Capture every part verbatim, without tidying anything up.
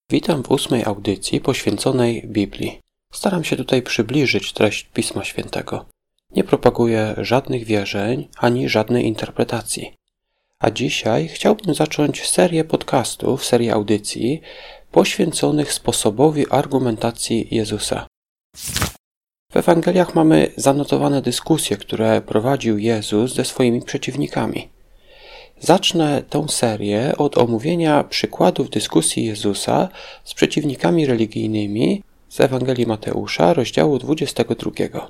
Witam w ósmej audycji poświęconej Biblii. Staram się tutaj przybliżyć treść Pisma Świętego. Nie propaguję żadnych wierzeń ani żadnej interpretacji. A dzisiaj chciałbym zacząć serię podcastów, serię audycji poświęconych sposobowi argumentacji Jezusa. W Ewangeliach mamy zanotowane dyskusje, które prowadził Jezus ze swoimi przeciwnikami. Zacznę tę serię od omówienia przykładów dyskusji Jezusa z przeciwnikami religijnymi z Ewangelii Mateusza, rozdziału dwudziestego drugiego.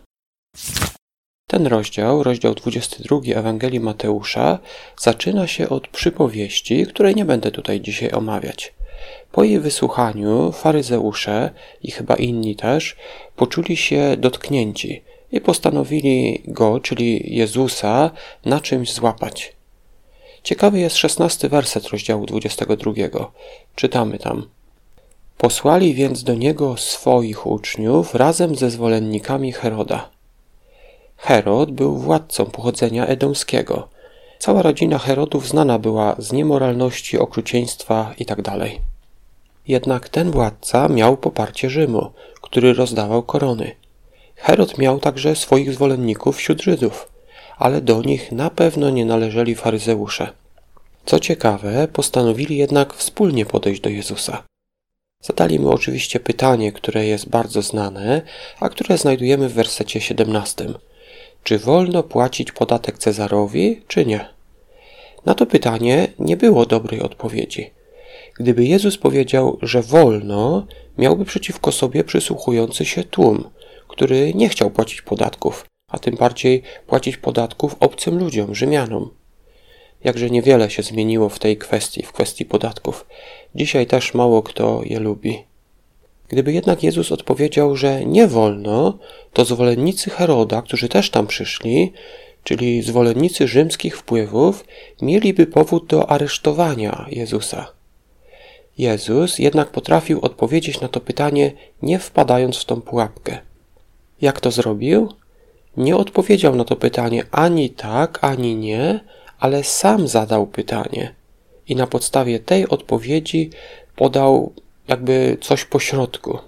Ten rozdział, rozdział dwudziesty drugi Ewangelii Mateusza, zaczyna się od przypowieści, której nie będę tutaj dzisiaj omawiać. Po jej wysłuchaniu faryzeusze i chyba inni też poczuli się dotknięci i postanowili go, czyli Jezusa, na czymś złapać. Ciekawy jest szesnasty werset rozdziału dwudziestego drugiego. Czytamy tam. Posłali więc do niego swoich uczniów razem ze zwolennikami Heroda. Herod był władcą pochodzenia edomskiego. Cała rodzina Herodów znana była z niemoralności, okrucieństwa itd. Jednak ten władca miał poparcie Rzymu, który rozdawał korony. Herod miał także swoich zwolenników wśród Żydów, ale do nich na pewno nie należeli faryzeusze. Co ciekawe, postanowili jednak wspólnie podejść do Jezusa. Zadali mu oczywiście pytanie, które jest bardzo znane, a które znajdujemy w wersecie siedemnastym. Czy wolno płacić podatek Cezarowi, czy nie? Na to pytanie nie było dobrej odpowiedzi. Gdyby Jezus powiedział, że wolno, miałby przeciwko sobie przysłuchujący się tłum, który nie chciał płacić podatków, a tym bardziej płacić podatków obcym ludziom, Rzymianom. Jakże niewiele się zmieniło w tej kwestii, w kwestii podatków. Dzisiaj też mało kto je lubi. Gdyby jednak Jezus odpowiedział, że nie wolno, to zwolennicy Heroda, którzy też tam przyszli, czyli zwolennicy rzymskich wpływów, mieliby powód do aresztowania Jezusa. Jezus jednak potrafił odpowiedzieć na to pytanie, nie wpadając w tą pułapkę. Jak to zrobił? Nie odpowiedział na to pytanie ani tak, ani nie, ale sam zadał pytanie i na podstawie tej odpowiedzi podał jakby coś pośrodku.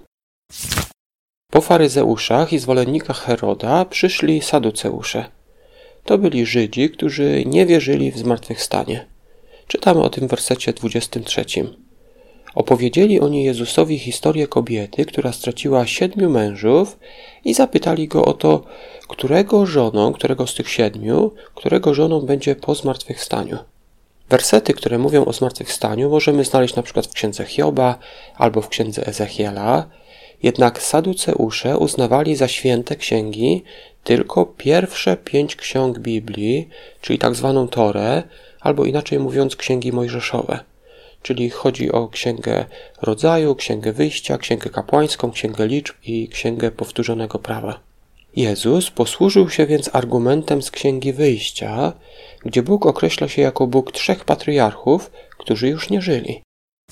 Po faryzeuszach i zwolennikach Heroda przyszli saduceusze. To byli Żydzi, którzy nie wierzyli w zmartwychwstanie. Czytamy o tym w wersecie dwudziestym trzecim. Opowiedzieli oni Jezusowi historię kobiety, która straciła siedmiu mężów i zapytali go o to, którego żoną, którego z tych siedmiu, którego żoną będzie po zmartwychwstaniu. Wersety, które mówią o zmartwychwstaniu, możemy znaleźć na przykład w księdze Hioba albo w księdze Ezechiela, jednak saduceusze uznawali za święte księgi tylko pierwsze pięć ksiąg Biblii, czyli tak zwaną Torę, albo inaczej mówiąc księgi mojżeszowe. Czyli chodzi o Księgę Rodzaju, Księgę Wyjścia, Księgę Kapłańską, Księgę Liczb i Księgę Powtórzonego Prawa. Jezus posłużył się więc argumentem z Księgi Wyjścia, gdzie Bóg określa się jako Bóg trzech patriarchów, którzy już nie żyli.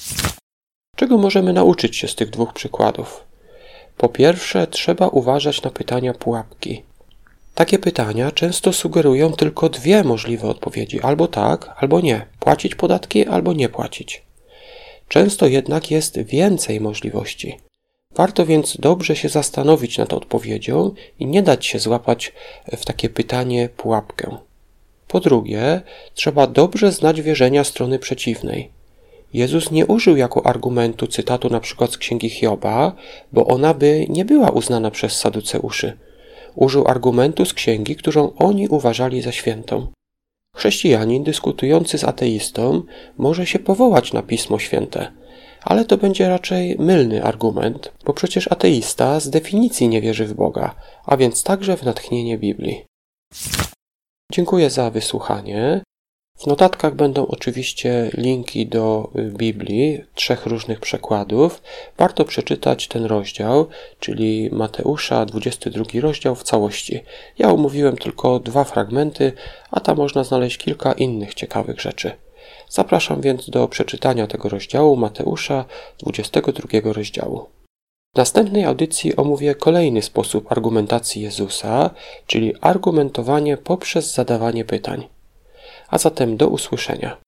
Czego możemy nauczyć się z tych dwóch przykładów? Po pierwsze, trzeba uważać na pytania pułapki. Takie pytania często sugerują tylko dwie możliwe odpowiedzi, albo tak, albo nie, płacić podatki, albo nie płacić. Często jednak jest więcej możliwości. Warto więc dobrze się zastanowić nad odpowiedzią i nie dać się złapać w takie pytanie pułapkę. Po drugie, trzeba dobrze znać wierzenia strony przeciwnej. Jezus nie użył jako argumentu cytatu na przykład z Księgi Hioba, bo ona by nie była uznana przez saduceuszy. Użył argumentu z księgi, którą oni uważali za świętą. Chrześcijanin dyskutujący z ateistą może się powołać na Pismo Święte, ale to będzie raczej mylny argument, bo przecież ateista z definicji nie wierzy w Boga, a więc także w natchnienie Biblii. Dziękuję za wysłuchanie. W notatkach będą oczywiście linki do Biblii, trzech różnych przekładów. Warto przeczytać ten rozdział, czyli Mateusza, dwudziesty drugi rozdział w całości. Ja omówiłem tylko dwa fragmenty, a tam można znaleźć kilka innych ciekawych rzeczy. Zapraszam więc do przeczytania tego rozdziału Mateusza, dwudziestego drugiego rozdziału. W następnej audycji omówię kolejny sposób argumentacji Jezusa, czyli argumentowanie poprzez zadawanie pytań. A zatem do usłyszenia.